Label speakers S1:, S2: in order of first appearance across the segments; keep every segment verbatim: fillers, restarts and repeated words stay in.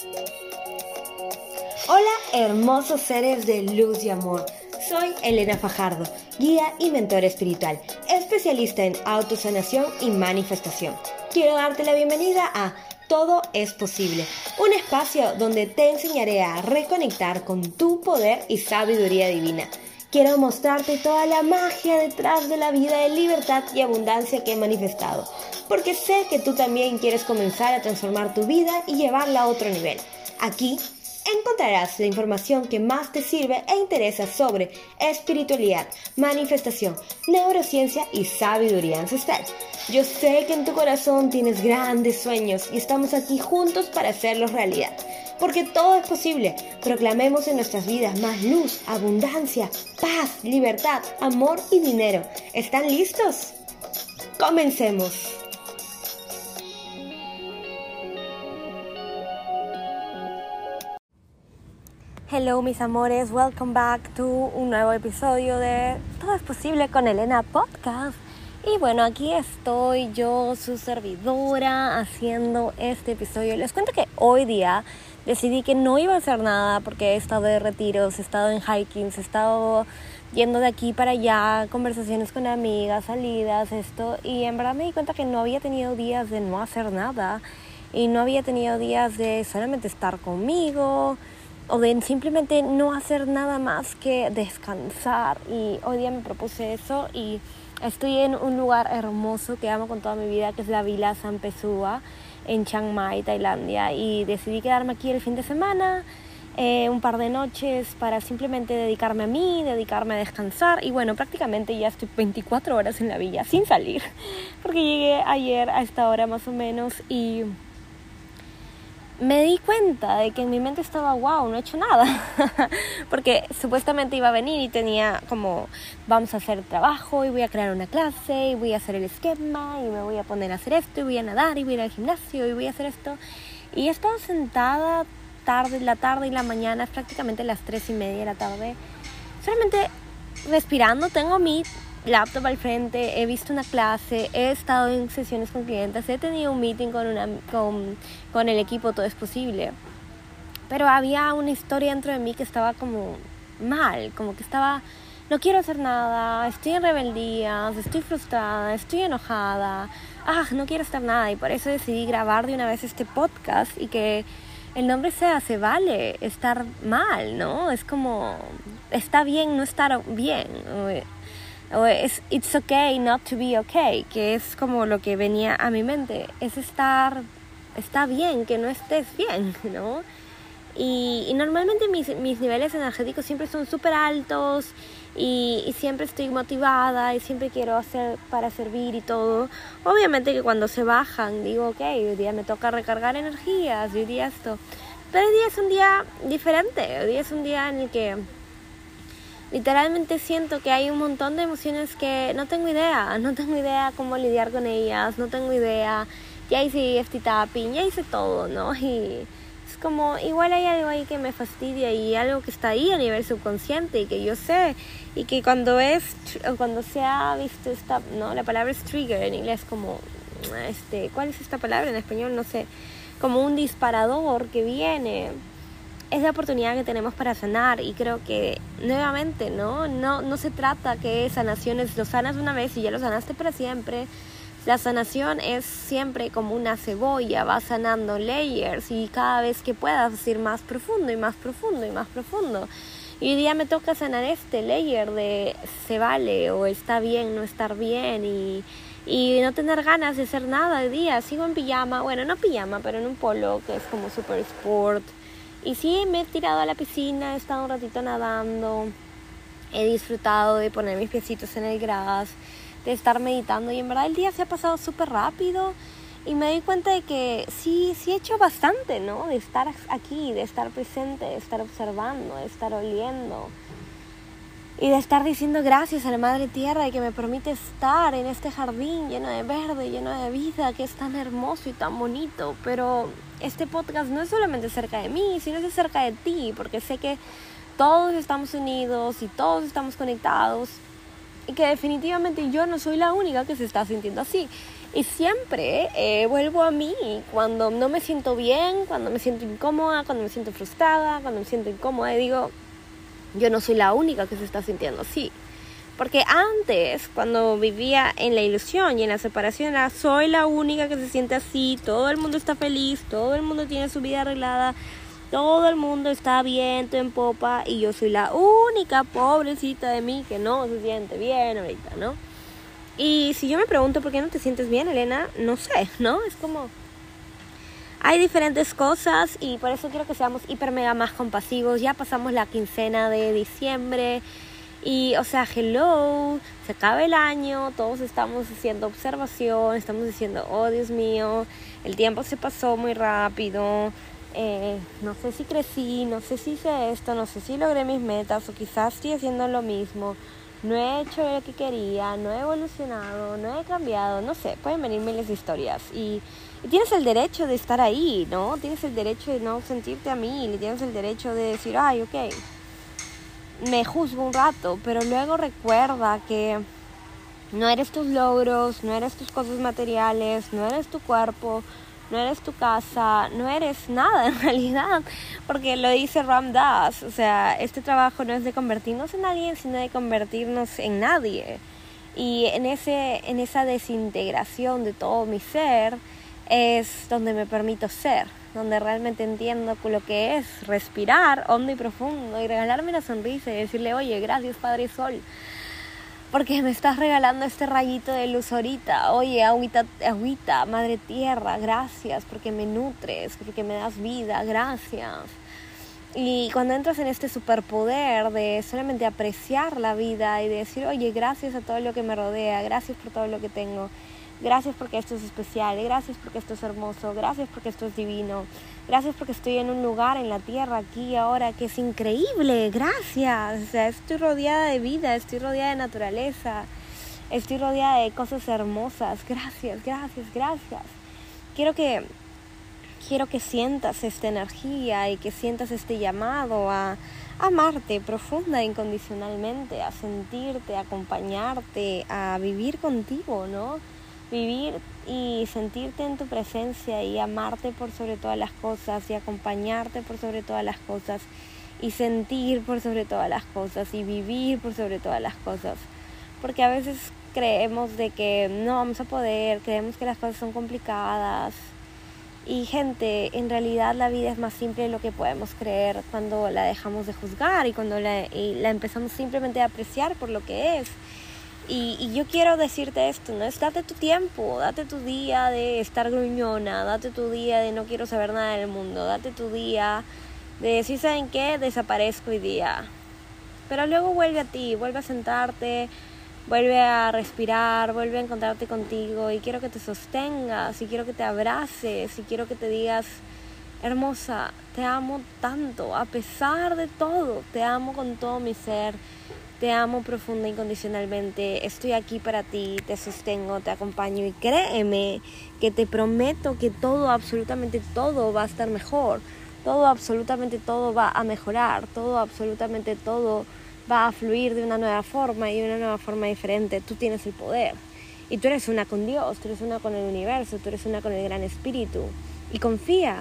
S1: Hola, hermosos seres de luz y amor. Soy Elena Fajardo, guía y mentora espiritual, especialista en autosanación y manifestación. Quiero darte la bienvenida a Todo es Posible, un espacio donde te enseñaré a reconectar con tu poder y sabiduría divina. Quiero mostrarte toda la magia detrás de la vida de libertad y abundancia que he manifestado, porque sé que tú también quieres comenzar a transformar tu vida y llevarla a otro nivel. Aquí encontrarás la información que más te sirve e interesa sobre espiritualidad, manifestación, neurociencia y sabiduría ancestral. Yo sé que en tu corazón tienes grandes sueños y estamos aquí juntos para hacerlos realidad. Porque todo es posible. Proclamemos en nuestras vidas más luz, abundancia, paz, libertad, amor y dinero. ¿Están listos? ¡Comencemos! Hello mis amores, welcome back to un nuevo episodio de Todo es Posible con Elena Podcast. Y bueno, aquí estoy yo, su servidora, haciendo este episodio. Les cuento que hoy día decidí que no iba a hacer nada porque he estado de retiros, he estado en hikings, he estado yendo de aquí para allá, conversaciones con amigas, salidas, esto. Y en verdad me di cuenta que no había tenido días de no hacer nada y no había tenido días de solamente estar conmigo o de simplemente no hacer nada más que descansar. Y hoy día me propuse eso y estoy en un lugar hermoso que amo con toda mi vida, que es la Villa San Pessoa en Chiang Mai, Tailandia, y decidí quedarme aquí el fin de semana, eh, un par de noches para simplemente dedicarme a mí, dedicarme a descansar. Y bueno, prácticamente ya estoy veinticuatro horas en la villa sin salir, porque llegué ayer a esta hora más o menos y me di cuenta de que en mi mente estaba, wow, no he hecho nada. Porque supuestamente iba a venir y tenía como, vamos a hacer trabajo y voy a crear una clase y voy a hacer el esquema y me voy a poner a hacer esto y voy a nadar y voy a ir al gimnasio y voy a hacer esto. Y he estado sentada tarde, la tarde y la mañana, es prácticamente las tres y media de la tarde, solamente respirando. Tengo mi laptop al frente, he visto una clase, he estado en sesiones con clientes, he tenido un meeting con, una, con, con el equipo Todo es Posible, pero había una historia dentro de mí que estaba como mal, como que estaba, no quiero hacer nada, estoy en rebeldías, estoy frustrada, estoy enojada, ah, no quiero hacer nada. Y por eso decidí grabar de una vez este podcast y que el nombre sea Se Vale Estar Mal, ¿no? Es como, está bien no estar bien, o es it's okay not to be okay, que es como lo que venía a mi mente, es estar, está bien que no estés bien, ¿no? Y, y normalmente mis, mis niveles energéticos siempre son súper altos y, y siempre estoy motivada y siempre quiero hacer para servir y todo. Obviamente que cuando se bajan digo, ok, hoy día me toca recargar energías, hoy día esto. Pero hoy día es un día diferente, hoy día es un día en el que literalmente siento que hay un montón de emociones que no tengo idea, no tengo idea cómo lidiar con ellas, no tengo idea, ya hice este tapping, ya hice todo, ¿no? Y es como, igual hay algo ahí que me fastidia y algo que está ahí a nivel subconsciente y que yo sé, y que cuando es, cuando se ha visto esta, no, la palabra es trigger en inglés, como, este, ¿cuál es esta palabra en español? No sé, como un disparador que viene. Es la oportunidad que tenemos para sanar y creo que nuevamente no no no se trata que sanaciones lo sanas una vez y ya lo sanaste para siempre. La sanación es siempre como una cebolla, va sanando layers y cada vez que puedas ir más profundo y más profundo y más profundo. Y hoy día me toca sanar este layer de se vale o está bien no estar bien y y no tener ganas de hacer nada de día. Sigo en pijama, bueno, no pijama, pero en un polo que es como super sport. Y sí, me he tirado a la piscina, he estado un ratito nadando, he disfrutado de poner mis piecitos en el gras, de estar meditando y en verdad el día se ha pasado súper rápido y me doy cuenta de que sí, sí he hecho bastante, ¿no? De estar aquí, de estar presente, de estar observando, de estar oliendo y de estar diciendo gracias a la Madre Tierra de que me permite estar en este jardín lleno de verde, lleno de vida, que es tan hermoso y tan bonito. Pero este podcast no es solamente cerca de mí, sino es cerca de ti, porque sé que todos estamos unidos y todos estamos conectados y que definitivamente yo no soy la única que se está sintiendo así. Y siempre eh, vuelvo a mí cuando no me siento bien, cuando me siento incómoda, cuando me siento frustrada, cuando me siento incómoda y digo, yo no soy la única que se está sintiendo así. Porque antes, cuando vivía en la ilusión y en la separación, era soy la única que se siente así, todo el mundo está feliz, todo el mundo tiene su vida arreglada, todo el mundo está viento en popa y yo soy la única pobrecita de mí que no se siente bien ahorita, ¿no? Y si yo me pregunto por qué no te sientes bien, Elena, no sé, ¿no? Es como... hay diferentes cosas y por eso quiero que seamos hiper mega más compasivos. Ya pasamos la quincena de diciembre y, o sea, hello, se acaba el año, todos estamos haciendo observación, estamos diciendo, oh Dios mío, el tiempo se pasó muy rápido, eh, no sé si crecí, no sé si hice esto, no sé si logré mis metas o quizás estoy haciendo lo mismo, no he hecho lo que quería, no he evolucionado, no he cambiado, no sé, pueden venir miles de historias y... y tienes el derecho de estar ahí, ¿no? Tienes el derecho de no sentirte a mí, y tienes el derecho de decir, ay, ok, me juzgo un rato, pero luego recuerda que no eres tus logros, no eres tus cosas materiales, no eres tu cuerpo, no eres tu casa, no eres nada en realidad, porque lo dice Ram Dass, o sea, este trabajo no es de convertirnos en alguien, sino de convertirnos en nadie. Y en, ese, en esa desintegración de todo mi ser es donde me permito ser, donde realmente entiendo lo que es respirar hondo y profundo y regalarme una sonrisa y decirle, oye, gracias Padre Sol, porque me estás regalando este rayito de luz ahorita. Oye, agüita, agüita, Madre Tierra, gracias porque me nutres, porque me das vida, gracias. Y cuando entras en este superpoder de solamente apreciar la vida y de decir, oye, gracias a todo lo que me rodea, gracias por todo lo que tengo, gracias porque esto es especial, gracias porque esto es hermoso, gracias porque esto es divino, gracias porque estoy en un lugar en la tierra aquí ahora que es increíble, gracias, o sea, estoy rodeada de vida, estoy rodeada de naturaleza, estoy rodeada de cosas hermosas, gracias, gracias, gracias. Quiero que, quiero que sientas esta energía y que sientas este llamado a amarte profunda e incondicionalmente, a sentirte, a acompañarte, a vivir contigo, ¿no? Vivir y sentirte en tu presencia y amarte por sobre todas las cosas y acompañarte por sobre todas las cosas y sentir por sobre todas las cosas y vivir por sobre todas las cosas. Porque a veces creemos de que no vamos a poder, creemos que las cosas son complicadas. Y gente, en realidad la vida es más simple de lo que podemos creer cuando la dejamos de juzgar y cuando la, y la empezamos simplemente a apreciar por lo que es. Y, y yo quiero decirte esto, ¿no? Es date tu tiempo, date tu día de estar gruñona, date tu día de no quiero saber nada del mundo, date tu día de decir, ¿saben qué? Desaparezco hoy día. Pero luego vuelve a ti, vuelve a sentarte, vuelve a respirar, vuelve a encontrarte contigo y quiero que te sostengas y quiero que te abraces y quiero que te digas, hermosa, te amo tanto, a pesar de todo, te amo con todo mi ser. Te amo profunda e incondicionalmente, estoy aquí para ti, te sostengo, te acompaño y créeme que te prometo que todo, absolutamente todo va a estar mejor, todo, absolutamente todo va a mejorar, todo, absolutamente todo va a fluir de una nueva forma y de una nueva forma diferente. Tú tienes el poder y tú eres una con Dios, tú eres una con el universo, tú eres una con el gran espíritu y confía,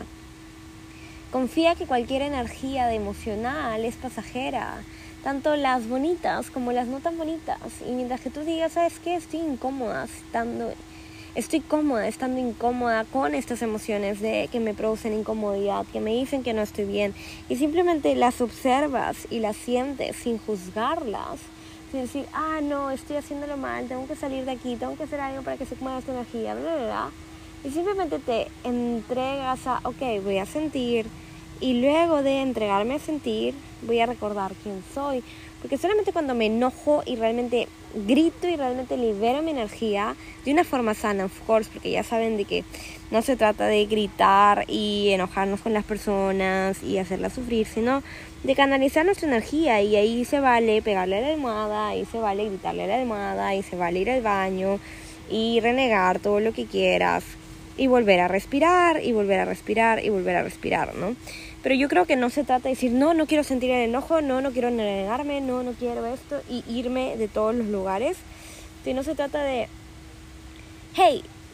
S1: confía que cualquier energía de emocional es pasajera, tanto las bonitas como las no tan bonitas. Y mientras que tú digas, ¿sabes qué? Estoy incómoda estando, estoy cómoda estando incómoda con estas emociones de que me producen incomodidad, que me dicen que no estoy bien. Y simplemente las observas y las sientes sin juzgarlas, sin decir, ah, no, estoy haciéndolo mal, tengo que salir de aquí, tengo que hacer algo para que se mueva esta energía, bla, bla, bla. Y simplemente te entregas a, ok, voy a sentir. Y luego de entregarme a sentir, voy a recordar quién soy. Porque solamente cuando me enojo y realmente grito y realmente libero mi energía, de una forma sana, of course, porque ya saben de que no se trata de gritar y enojarnos con las personas y hacerlas sufrir, sino de canalizar nuestra energía. Y ahí se vale pegarle a la almohada, ahí se vale gritarle a la almohada, ahí se vale ir al baño y renegar todo lo que quieras. Y volver a respirar, y volver a respirar, y volver a respirar, ¿no? Pero yo creo que no se trata de decir, no, no quiero sentir el enojo, no, no quiero negarme, no, no quiero esto, y irme de todos los lugares. Sino se trata de, hey,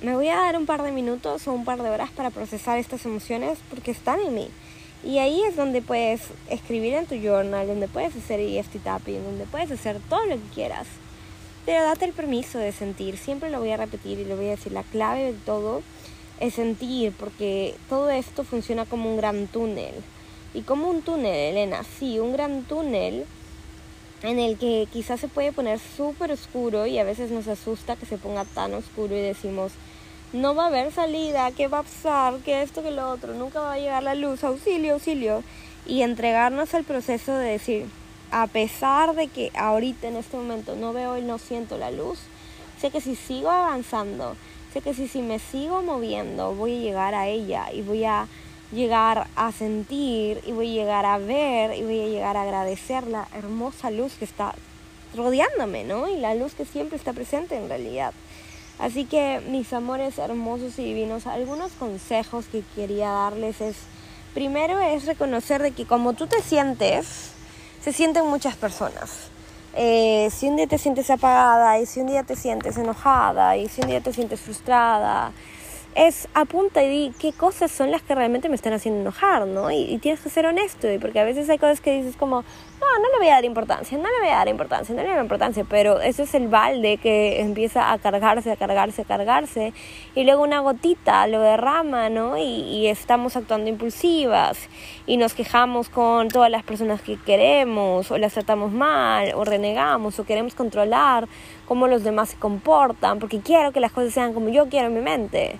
S1: me voy a dar un par de minutos o un par de horas para procesar estas emociones porque están en mí. Y ahí es donde puedes escribir en tu journal, donde puedes hacer E F T tapping, donde puedes hacer todo lo que quieras. Pero date el permiso de sentir. Siempre lo voy a repetir y lo voy a decir. La clave de todo es sentir, porque todo esto funciona como un gran túnel. Y como un túnel, Elena, sí, un gran túnel en el que quizás se puede poner súper oscuro y a veces nos asusta que se ponga tan oscuro y decimos, no va a haber salida, ¿qué va a pasar? ¿Qué esto, qué lo otro? Nunca va a llegar la luz, auxilio, auxilio. Y entregarnos al proceso de decir, a pesar de que ahorita en este momento no veo y no siento la luz, sé que si sigo avanzando, sé que si, si me sigo moviendo, voy a llegar a ella y voy a llegar a sentir y voy a llegar a ver y voy a llegar a agradecer la hermosa luz que está rodeándome, ¿no? Y la luz que siempre está presente en realidad. Así que, mis amores hermosos y divinos, algunos consejos que quería darles es, primero es reconocer de que como tú te sientes, se sienten muchas personas. Eh, si un día te sientes apagada, y si un día te sientes enojada, y si un día te sientes frustrada, es apunta y di qué cosas son las que realmente me están haciendo enojar, ¿no? Y, y tienes que ser honesto, y porque a veces hay cosas que dices como, no, no le voy a dar importancia, no le voy a dar importancia, no le voy a dar importancia, pero eso es el balde que empieza a cargarse, a cargarse, a cargarse, y luego una gotita lo derrama, ¿no? Y, y estamos actuando impulsivas, y nos quejamos con todas las personas que queremos, o las tratamos mal, o renegamos, o queremos controlar cómo los demás se comportan, porque quiero que las cosas sean como yo quiero en mi mente.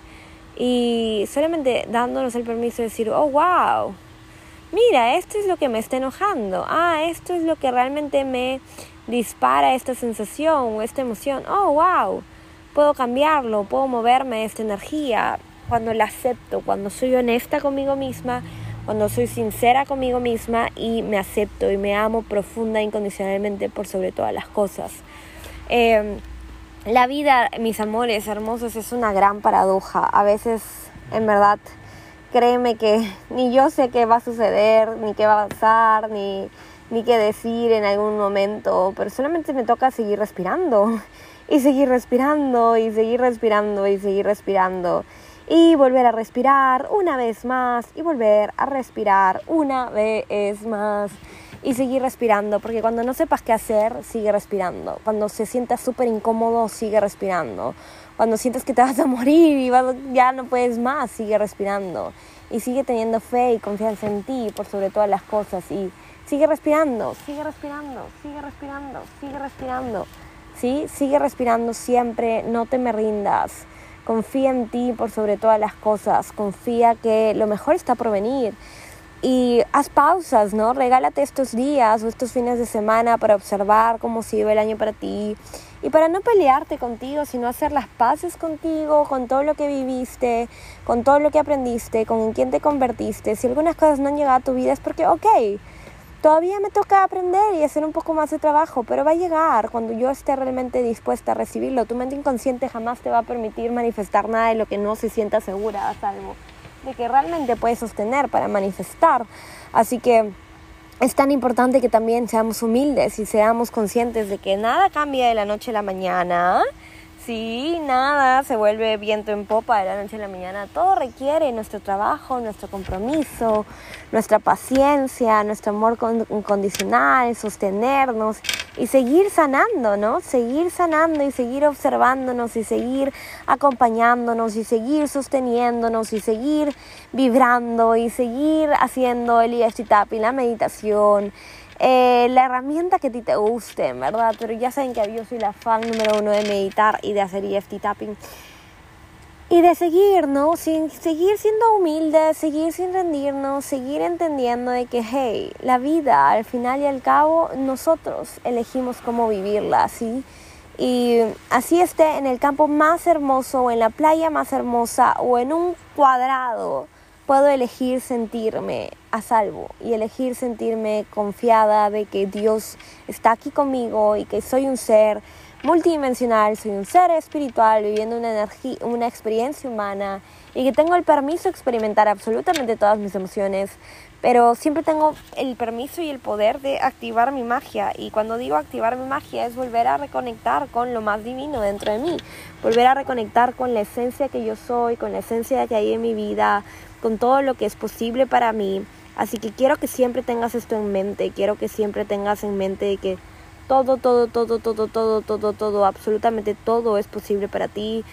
S1: Y solamente dándonos el permiso de decir, oh, wow, mira, esto es lo que me está enojando. Ah, esto es lo que realmente me dispara esta sensación o esta emoción. Oh, wow, puedo cambiarlo, puedo moverme de esta energía. Cuando la acepto, cuando soy honesta conmigo misma, cuando soy sincera conmigo misma y me acepto y me amo profunda e incondicionalmente por sobre todas las cosas. Eh... La vida, mis amores hermosos, es una gran paradoja. A veces, en verdad, créeme que ni yo sé qué va a suceder, ni qué va a pasar, ni, ni qué decir en algún momento, pero solamente me toca seguir respirando, y seguir respirando, y seguir respirando, y seguir respirando, y volver a respirar una vez más, y volver a respirar una vez más. Y seguir respirando, porque cuando no sepas qué hacer, sigue respirando. Cuando se sienta súper incómodo, sigue respirando. Cuando sientes que te vas a morir y ya no puedes más, sigue respirando. Y sigue teniendo fe y confianza en ti por sobre todas las cosas. Y sigue respirando, sigue respirando, sigue respirando, sigue respirando. ¿Sí? Sigue respirando siempre, no te me rindas. Confía en ti por sobre todas las cosas. Confía que lo mejor está por venir. Y haz pausas, ¿no? Regálate estos días o estos fines de semana para observar cómo se lleva el año para ti. Y para no pelearte contigo, sino hacer las paces contigo, con todo lo que viviste, con todo lo que aprendiste, con quién te convertiste. Si algunas cosas no han llegado a tu vida es porque, ok, todavía me toca aprender y hacer un poco más de trabajo, pero va a llegar cuando yo esté realmente dispuesta a recibirlo. Tu mente inconsciente jamás te va a permitir manifestar nada de lo que no se sienta segura, a salvo de que realmente puedes sostener para manifestar. Así que es tan importante que también seamos humildes y seamos conscientes de que nada cambia de la noche a la mañana. Sí, nada se vuelve viento en popa de la noche a la mañana. Todo requiere nuestro trabajo, nuestro compromiso, nuestra paciencia, nuestro amor incondicional, sostenernos y seguir sanando, ¿no? Seguir sanando y seguir observándonos y seguir acompañándonos y seguir sosteniéndonos y seguir vibrando y seguir haciendo el E F T tapping, la meditación. Eh, la herramienta que a ti te guste, ¿verdad? Pero ya saben que yo soy la fan número uno de meditar y de hacer E F T tapping. Y de seguir, ¿no? Sin, seguir siendo humildes, seguir sin rendirnos, seguir entendiendo de que, hey, la vida, al final y al cabo, nosotros elegimos cómo vivirla, ¿sí? Y así esté en el campo más hermoso, o en la playa más hermosa, o en un cuadrado, puedo elegir sentirme a salvo y elegir sentirme confiada de que Dios está aquí conmigo y que soy un ser multidimensional, soy un ser espiritual viviendo una energía, una experiencia humana y que tengo el permiso de experimentar absolutamente todas mis emociones, pero siempre tengo el permiso y el poder de activar mi magia. Y cuando digo activar mi magia es volver a reconectar con lo más divino dentro de mí, volver a reconectar con la esencia que yo soy, con la esencia que hay en mi vida, con todo lo que es posible para mí. Así que quiero que siempre tengas esto en mente, quiero que siempre tengas en mente que todo, todo, todo, todo, todo, todo, todo, absolutamente todo es posible para ti.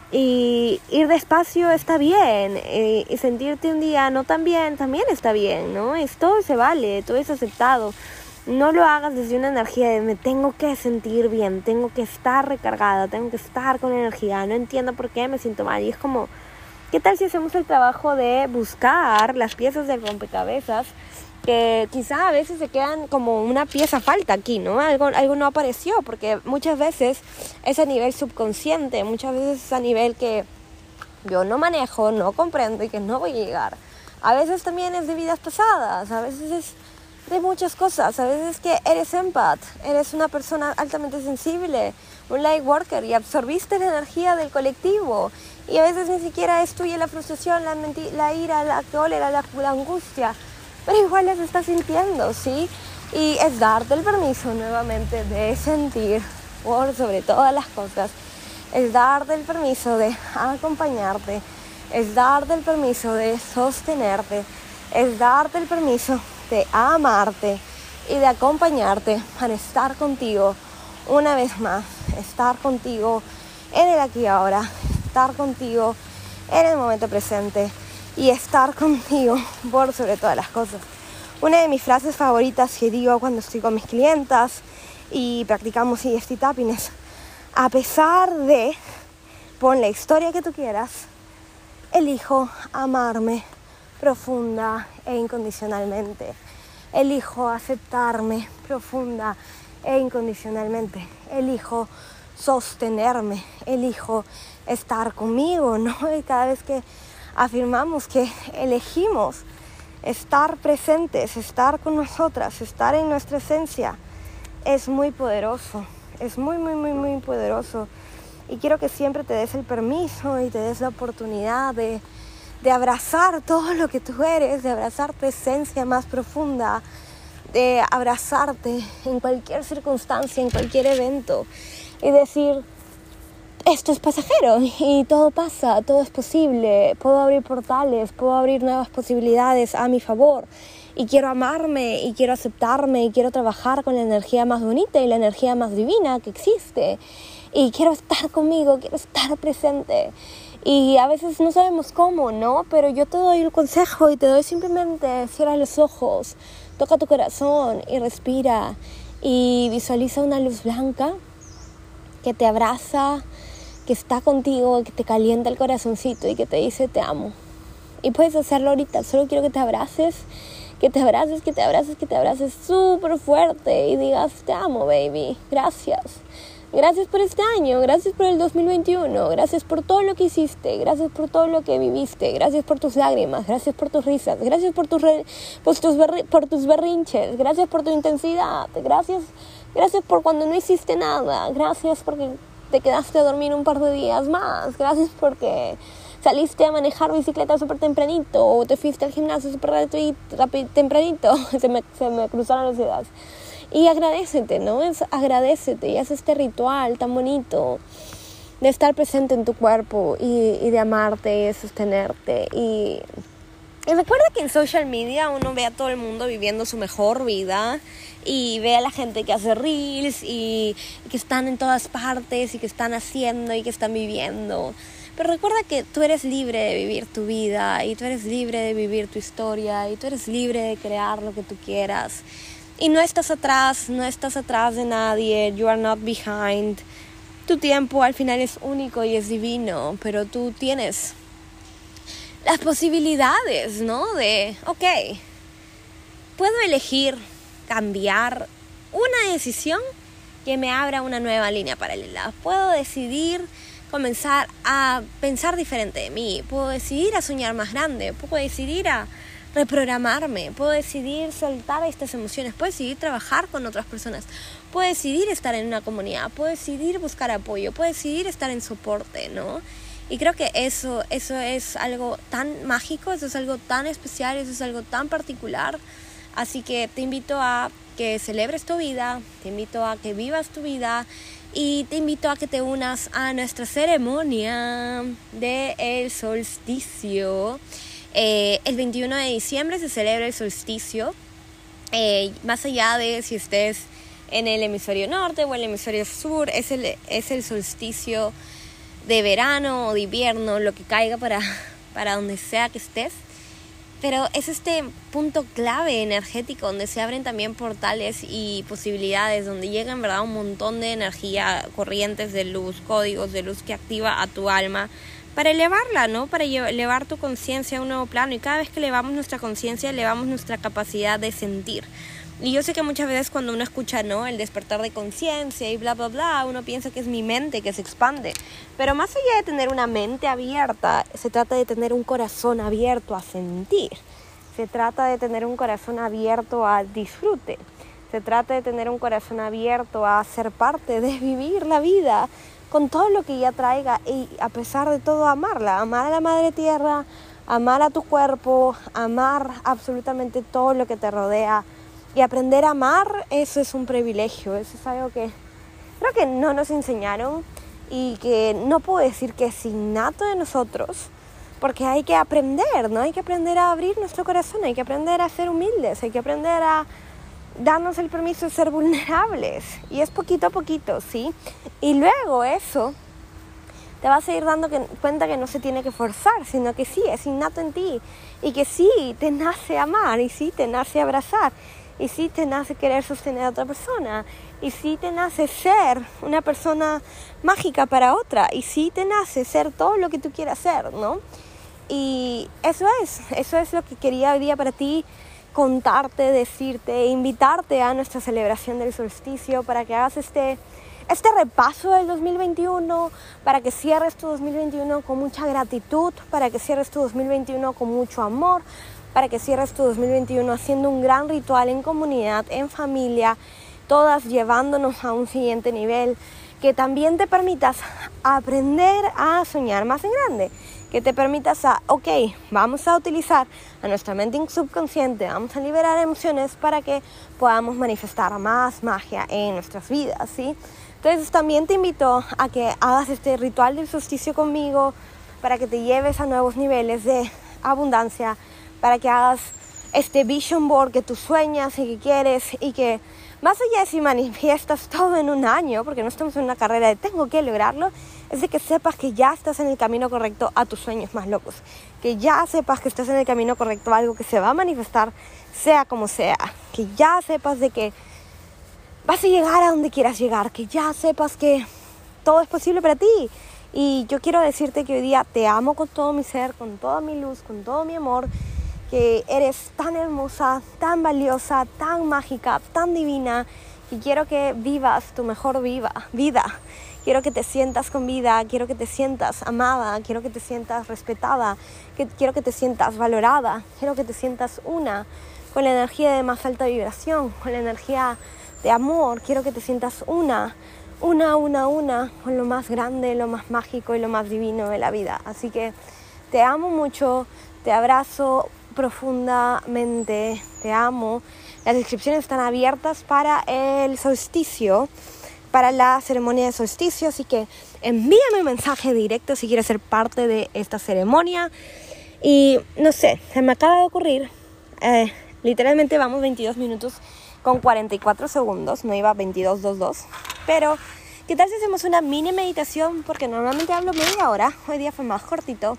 S1: Y ir despacio está bien, y, y sentirte un día no tan bien también está bien, ¿no? Es, todo se vale, todo es aceptado. No lo hagas desde una energía de me tengo que sentir bien, tengo que estar recargada, tengo que estar con energía, no entiendo por qué me siento mal. Y es como, ¿qué tal si hacemos el trabajo de buscar las piezas del rompecabezas que quizá a veces se quedan como una pieza falta aquí, ¿no? Algo, algo no apareció, porque muchas veces es a nivel subconsciente, muchas veces es a nivel que yo no manejo, no comprendo y que no voy a llegar. A veces también es de vidas pasadas, a veces es de muchas cosas, a veces es que eres empath, eres una persona altamente sensible, un light worker y absorbiste la energía del colectivo y a veces ni siquiera es tuya la frustración, la, menti- la ira, la cólera, la, la angustia, pero igual las estás sintiendo, ¿sí? Y es darte el permiso nuevamente de sentir por sobre todas las cosas, es darte el permiso de acompañarte, es darte el permiso de sostenerte, es darte el permiso de amarte y de acompañarte para estar contigo una vez más, estar contigo en el aquí y ahora, estar contigo en el momento presente y estar contigo por sobre todas las cosas. Una de mis frases favoritas que digo cuando estoy con mis clientas y practicamos E F T tapping es: a pesar de, pon la historia que tú quieras, elijo amarme profunda e incondicionalmente. Elijo aceptarme profunda e incondicionalmente. Elijo sostenerme. Elijo estar conmigo, ¿no? Y cada vez que afirmamos que elegimos estar presentes, estar con nosotras, estar en nuestra esencia, es muy poderoso. Es muy, muy, muy, muy poderoso. Y quiero que siempre te des el permiso y te des la oportunidad de de abrazar todo lo que tú eres, de abrazar tu esencia más profunda, de abrazarte en cualquier circunstancia, en cualquier evento y decir, esto es pasajero y todo pasa, todo es posible, puedo abrir portales, puedo abrir nuevas posibilidades a mi favor y quiero amarme y quiero aceptarme y quiero trabajar con la energía más bonita y la energía más divina que existe y quiero estar conmigo, quiero estar presente. Y a veces no sabemos cómo, ¿no? Pero yo te doy el consejo y te doy simplemente cierra los ojos, toca tu corazón y respira y visualiza una luz blanca que te abraza, que está contigo, que te calienta el corazoncito y que te dice te amo. Y puedes hacerlo ahorita, solo quiero que te abraces, que te abraces, que te abraces, que te abraces súper fuerte y digas te amo, baby, gracias. Gracias por este año, gracias por el dos mil veintiuno, gracias por todo lo que hiciste, gracias por todo lo que viviste, gracias por tus lágrimas, gracias por tus risas, gracias por tus, re, por tus, berri, por tus berrinches, gracias por tu intensidad, gracias, gracias por cuando no hiciste nada, gracias porque te quedaste a dormir un par de días más, gracias porque saliste a manejar bicicleta súper tempranito o te fuiste al gimnasio súper tempranito, se me, se me cruzaron las ideas. Y agradécete, ¿no? Es, agradécete y haz este ritual tan bonito de estar presente en tu cuerpo y, y de amarte y de sostenerte. Y, y recuerda que en social media uno ve a todo el mundo viviendo su mejor vida y ve a la gente que hace reels y, y que están en todas partes y que están haciendo y que están viviendo. Pero recuerda que tú eres libre de vivir tu vida y tú eres libre de vivir tu historia y tú eres libre de crear lo que tú quieras. Y no estás atrás, no estás atrás de nadie, you are not behind. Tu tiempo al final es único y es divino, pero tú tienes las posibilidades, ¿no? De, ok, puedo elegir cambiar una decisión que me abra una nueva línea paralela. Puedo decidir comenzar a pensar diferente de mí, puedo decidir a soñar más grande, puedo decidir a reprogramarme, puedo decidir soltar estas emociones, puedo decidir trabajar con otras personas, puedo decidir estar en una comunidad, puedo decidir buscar apoyo, puedo decidir estar en soporte, ¿no? Y creo que eso, eso es algo tan mágico, eso es algo tan especial, eso es algo tan particular. Así que te invito a que celebres tu vida, te invito a que vivas tu vida y te invito a que te unas a nuestra ceremonia del solsticio. Eh, el veintiuno de diciembre se celebra el solsticio. Eh, más allá de si estés en el hemisferio norte o el hemisferio sur, es el, es el solsticio de verano o de invierno, lo que caiga para, para donde sea que estés. Pero es este punto clave energético donde se abren también portales y posibilidades, donde llega en verdad un montón de energía, corrientes de luz, códigos de luz que activa a tu alma para elevarla, ¿no? Para elevar tu conciencia a un nuevo plano. Y cada vez que elevamos nuestra conciencia, elevamos nuestra capacidad de sentir. Y yo sé que muchas veces cuando uno escucha, ¿no?, el despertar de conciencia y bla, bla, bla, uno piensa que es mi mente que se expande. Pero más allá de tener una mente abierta, se trata de tener un corazón abierto a sentir. Se trata de tener un corazón abierto al disfrute. Se trata de tener un corazón abierto a ser parte de vivir la vida con todo lo que ella traiga y a pesar de todo amarla. Amar a la Madre Tierra, amar a tu cuerpo, amar absolutamente todo lo que te rodea. Y aprender a amar, eso es un privilegio, eso es algo que creo que no nos enseñaron y que no puedo decir que es innato de nosotros, porque hay que aprender, ¿no? Hay que aprender a abrir nuestro corazón, hay que aprender a ser humildes, hay que aprender a darnos el permiso de ser vulnerables. Y es poquito a poquito, ¿sí? Y luego eso te vas a ir dando que, cuenta que no se tiene que forzar, sino que sí, es innato en ti y que sí, te nace amar y sí, te nace abrazar. Y sí te nace querer sostener a otra persona. Y sí te nace ser una persona mágica para otra. Y sí te nace ser todo lo que tú quieras ser, ¿no? Y eso es, eso es lo que quería hoy día para ti contarte, decirte, invitarte a nuestra celebración del solsticio para que hagas este, este repaso del dos mil veintiuno, para que cierres tu dos mil veintiuno con mucha gratitud, para que cierres tu dos mil veintiuno con mucho amor, para que cierres tu dos mil veintiuno haciendo un gran ritual en comunidad, en familia, todas llevándonos a un siguiente nivel, que también te permitas aprender a soñar más en grande, que te permitas a, ok, vamos a utilizar a nuestra mente subconsciente, vamos a liberar emociones para que podamos manifestar más magia en nuestras vidas, ¿sí? Entonces también te invito a que hagas este ritual del solsticio conmigo, para que te lleves a nuevos niveles de abundancia, para que hagas este vision board que tú sueñas y que quieres y que más allá de si manifiestas todo en un año, porque no estamos en una carrera de tengo que lograrlo, es de que sepas que ya estás en el camino correcto a tus sueños más locos, que ya sepas que estás en el camino correcto a algo que se va a manifestar sea como sea, que ya sepas de que vas a llegar a donde quieras llegar, que ya sepas que todo es posible para ti. Y yo quiero decirte que hoy día te amo con todo mi ser, con toda mi luz, con todo mi amor, que eres tan hermosa, tan valiosa, tan mágica, tan divina, y quiero que vivas tu mejor viva, vida. Quiero que te sientas con vida, quiero que te sientas amada, quiero que te sientas respetada, que, quiero que te sientas valorada, quiero que te sientas una con la energía de más alta vibración, con la energía de amor, quiero que te sientas una, una, una, una, con lo más grande, lo más mágico y lo más divino de la vida. Así que te amo mucho, te abrazo profundamente, te amo. Las inscripciones están abiertas para el solsticio, para la ceremonia de solsticio, así que envíame un mensaje directo si quieres ser parte de esta ceremonia. Y no sé, se me acaba de ocurrir, eh, literalmente vamos veintidós minutos con cuarenta y cuatro segundos, no iba veintidós veintidós, pero ¿qué tal si hacemos una mini meditación? Porque normalmente hablo media hora, hoy día fue más cortito.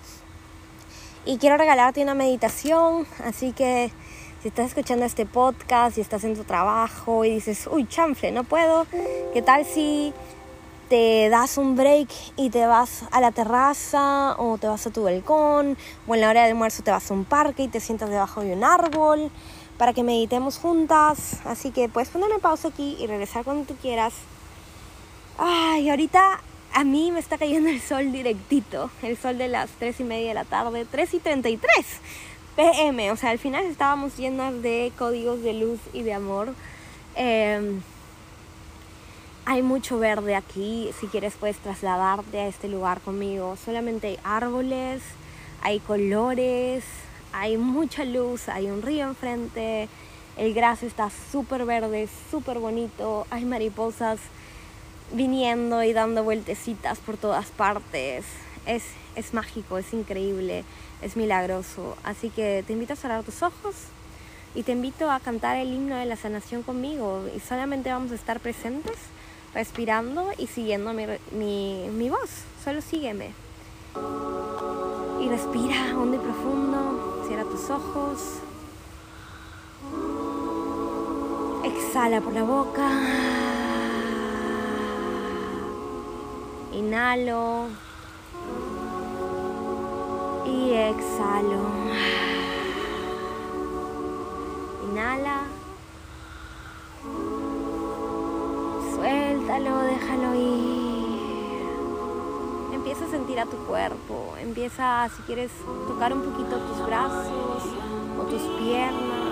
S1: Y quiero regalarte una meditación, así que si estás escuchando este podcast y estás en tu trabajo y dices, uy, chanfle, no puedo, ¿qué tal si te das un break y te vas a la terraza o te vas a tu balcón o en la hora de almuerzo te vas a un parque y te sientas debajo de un árbol para que meditemos juntas? Así que puedes ponerme pausa aquí y regresar cuando tú quieras. Ay, ahorita a mí me está cayendo el sol directito, el sol de las tres y media de la tarde, tres y treinta y tres pe eme, o sea, al final estábamos llenas de códigos de luz y de amor. Eh, Hay mucho verde aquí, si quieres puedes trasladarte a este lugar conmigo. Solamente hay árboles, hay colores, hay mucha luz, hay un río enfrente, el gras está súper verde, súper bonito, hay mariposas viniendo y dando vueltecitas por todas partes. Es, es mágico, es increíble, es milagroso. Así que te invito a cerrar tus ojos y te invito a cantar el himno de la sanación conmigo. Y solamente vamos a estar presentes, respirando y siguiendo mi, mi, mi voz. Solo sígueme. Y respira hondo y profundo. Cierra tus ojos. Exhala por la boca. Inhalo. Y exhalo. Inhala. Suéltalo, déjalo ir. Empieza a sentir a tu cuerpo. Empieza, si quieres, tocar un poquito tus brazos o tus piernas.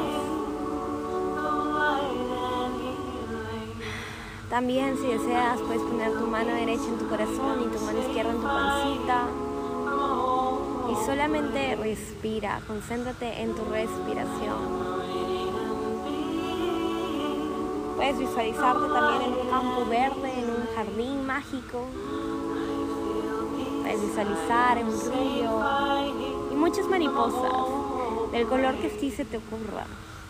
S1: También, si deseas, puedes poner tu mano derecha en tu corazón y tu mano izquierda en tu pancita. Y solamente respira, concéntrate en tu respiración. Puedes visualizarte también en un campo verde, en un jardín mágico. Puedes visualizar en un río y muchas mariposas del color que sí se te ocurra.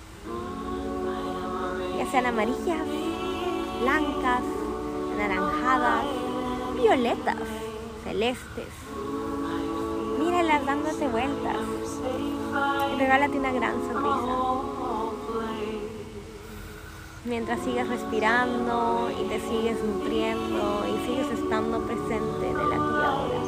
S1: Ya sean amarillas, blancas, anaranjadas, violetas, celestes. Míralas dándote vueltas y regálate una gran sonrisa. Mientras sigues respirando y te sigues nutriendo y sigues estando presente en el aquí y ahora.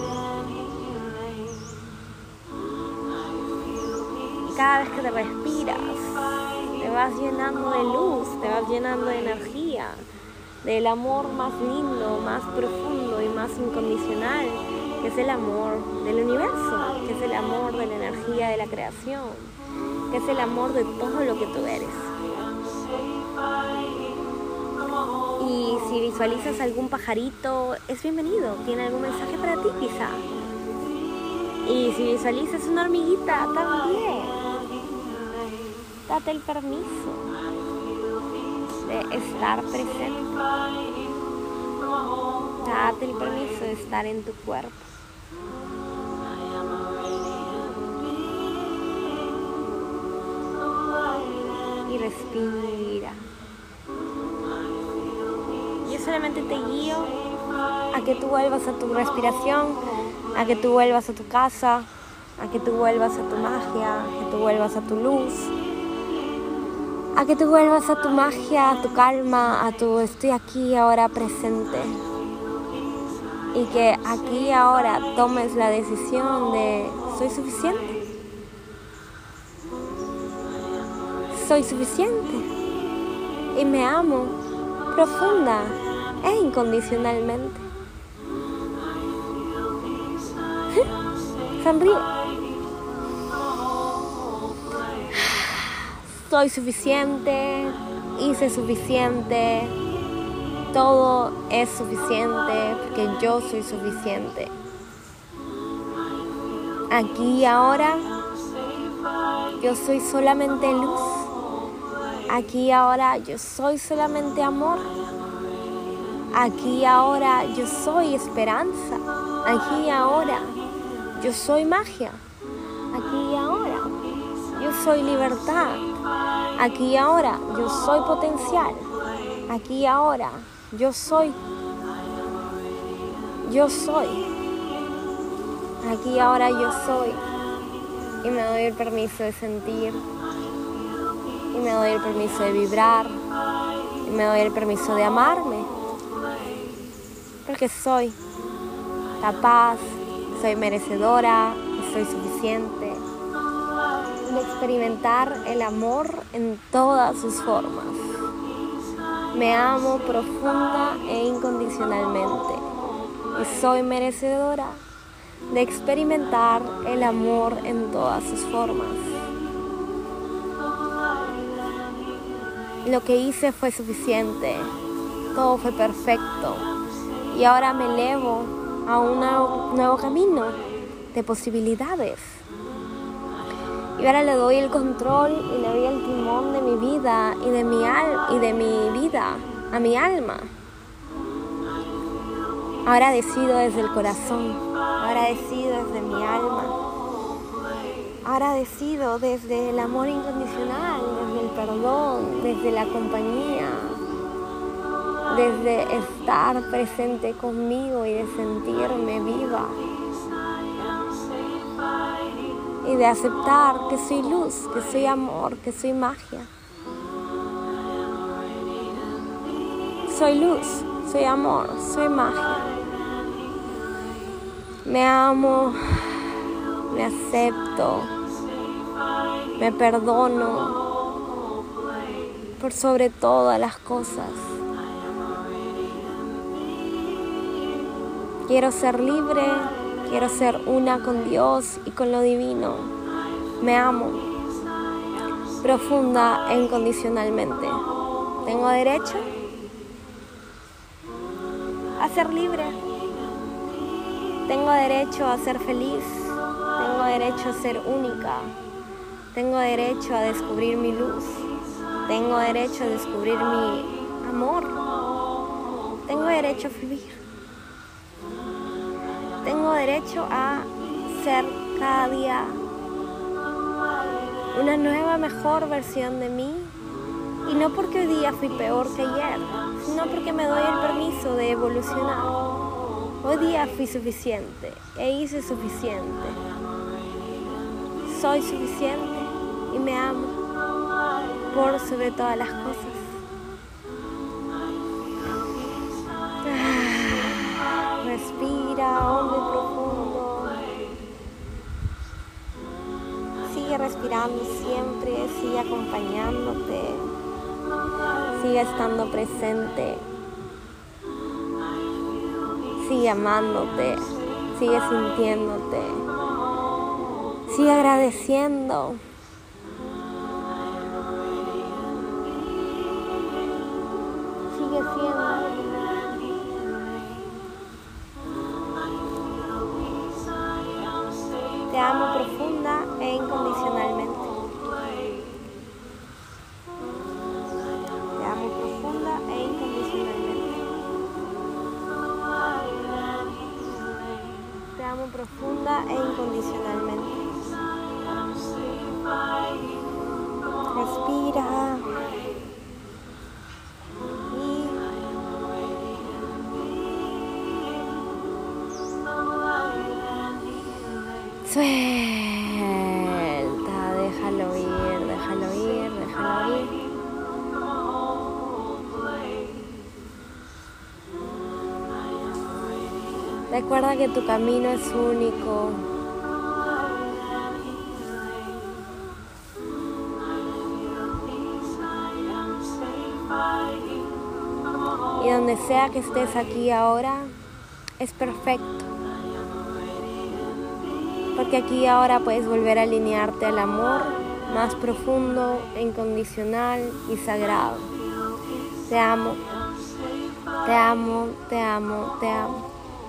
S1: Y cada vez que te respiras, te vas llenando de luz, te vas llenando de energía, del amor más lindo, más profundo y más incondicional, que es el amor del universo, que es el amor de la energía de la creación, que es el amor de todo lo que tú eres. Y si visualizas algún pajarito, es bienvenido, tiene algún mensaje para ti quizá. Y si visualizas una hormiguita, también, date el permiso de estar presente. Date el permiso de estar en tu cuerpo. Y respira. Yo solamente te guío a que tú vuelvas a tu respiración, a que tú vuelvas a tu casa, a que tú vuelvas a tu magia, a que tú vuelvas a tu luz, a que tú vuelvas a tu magia, a tu calma, a tu estoy aquí ahora presente. Y que aquí ahora tomes la decisión de soy suficiente. Soy suficiente y me amo profunda e incondicionalmente. Sonríe. Soy suficiente, hice suficiente, todo es suficiente porque yo soy suficiente. Aquí y ahora yo soy solamente luz. Aquí y ahora yo soy solamente amor. Aquí y ahora yo soy esperanza. Aquí y ahora yo soy magia. Aquí y ahora yo soy libertad. Aquí y ahora yo soy potencial. Aquí y ahora yo soy. Yo soy. Aquí y ahora yo soy. Y me doy el permiso de sentir. Y me doy el permiso de vibrar. Y me doy el permiso de amarme. Porque soy capaz, soy merecedora, soy suficiente. De experimentar el amor en todas sus formas. Me amo profunda e incondicionalmente. Y soy merecedora de experimentar el amor en todas sus formas. Lo que hice fue suficiente. todo fue perfecto. Y ahora me elevo a un nuevo, nuevo camino de posibilidades. Y ahora le doy el control y le doy el timón de mi vida y de mi, al- y de mi vida a mi alma. Ahora decido desde el corazón. Ahora decido desde mi alma. Ahora decido desde el amor incondicional, desde el perdón, desde la compañía, desde estar presente conmigo y de sentirme viva. Y de aceptar que soy luz, que soy amor, que soy magia. Soy luz, soy amor, soy magia. Me amo, me acepto, me perdono por sobre todas las cosas. Quiero ser libre, quiero ser una con Dios y con lo divino. Me amo profunda e incondicionalmente. Tengo derecho a ser libre. Tengo derecho a ser feliz. Tengo derecho a ser única. Tengo derecho a descubrir mi luz. Tengo derecho a descubrir mi amor. Tengo derecho a fluir. Tengo derecho a ser cada día una nueva, mejor versión de mí. Y no porque hoy día fui peor que ayer, sino porque me doy el permiso de evolucionar. Hoy día fui suficiente e hice suficiente. Soy suficiente y me amo por sobre todas las cosas. Respira hondo y profundo. Sigue respirando siempre, sigue acompañándote, sigue estando presente, sigue amándote, sigue sintiéndote, sigue agradeciendo. Sigue siendo. Te amo profunda e incondicionalmente. Te amo profunda e incondicionalmente. Te amo profunda e incondicionalmente. Respira. Suelta, déjalo ir, déjalo ir, déjalo ir. Recuerda que tu camino es único. Y donde sea que estés aquí ahora, es perfecto. Porque aquí ahora puedes volver a alinearte al amor más profundo, incondicional y sagrado. Te amo, te amo, te amo, te amo.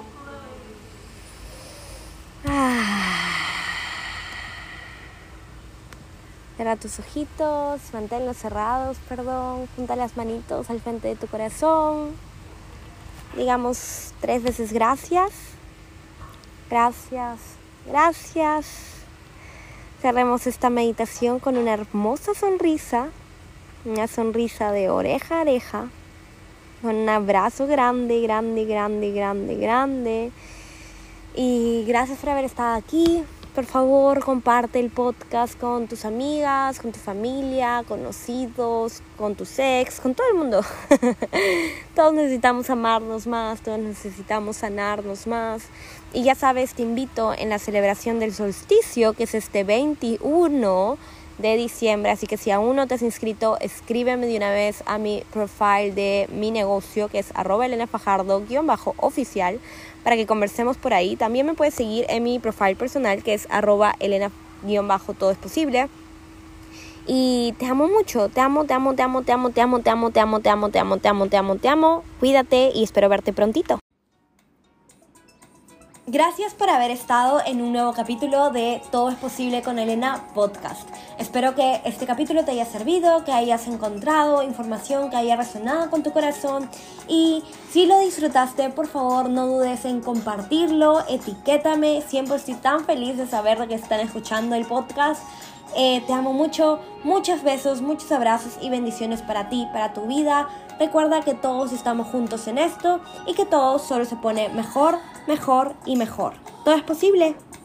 S1: Ah. Cierra tus ojitos, manténlos cerrados, perdón. Junta las manitos al frente de tu corazón. Digamos tres veces gracias. Gracias. Gracias. Cerremos esta meditación con una hermosa sonrisa, una sonrisa de oreja a oreja, con un abrazo grande, grande, grande, grande, grande. Y gracias por haber estado aquí. Por favor, comparte el podcast con tus amigas, con tu familia, conocidos, con tus ex, con todo el mundo. Todos necesitamos amarnos más, todos necesitamos sanarnos más. Y ya sabes, te invito en la celebración del solsticio, que es este veintiuno de diciembre. Así que si aún no te has inscrito, escríbeme de una vez a mi profile de mi negocio, que es arroba Elena Fajardo guión bajo oficial, para que conversemos por ahí. También me puedes seguir en mi profile personal, que es arroba Elena guión bajo todo es posible. Y te amo mucho, te amo, te amo, te amo, te amo, te amo, te amo, te amo, te amo, te amo, te amo, te amo, te amo. Cuídate y espero verte prontito. Gracias por haber estado en un nuevo capítulo de Todo es Posible con Elena Podcast. Espero que este capítulo te haya servido, que hayas encontrado información que haya resonado con tu corazón. Y si lo disfrutaste, por favor no dudes en compartirlo, etiquétame. Siempre estoy tan feliz de saber que están escuchando el podcast. Eh, te amo mucho, muchos besos, muchos abrazos y bendiciones para ti, para tu vida. Recuerda que todos estamos juntos en esto y que todo solo se pone mejor, mejor y mejor. Todo es posible.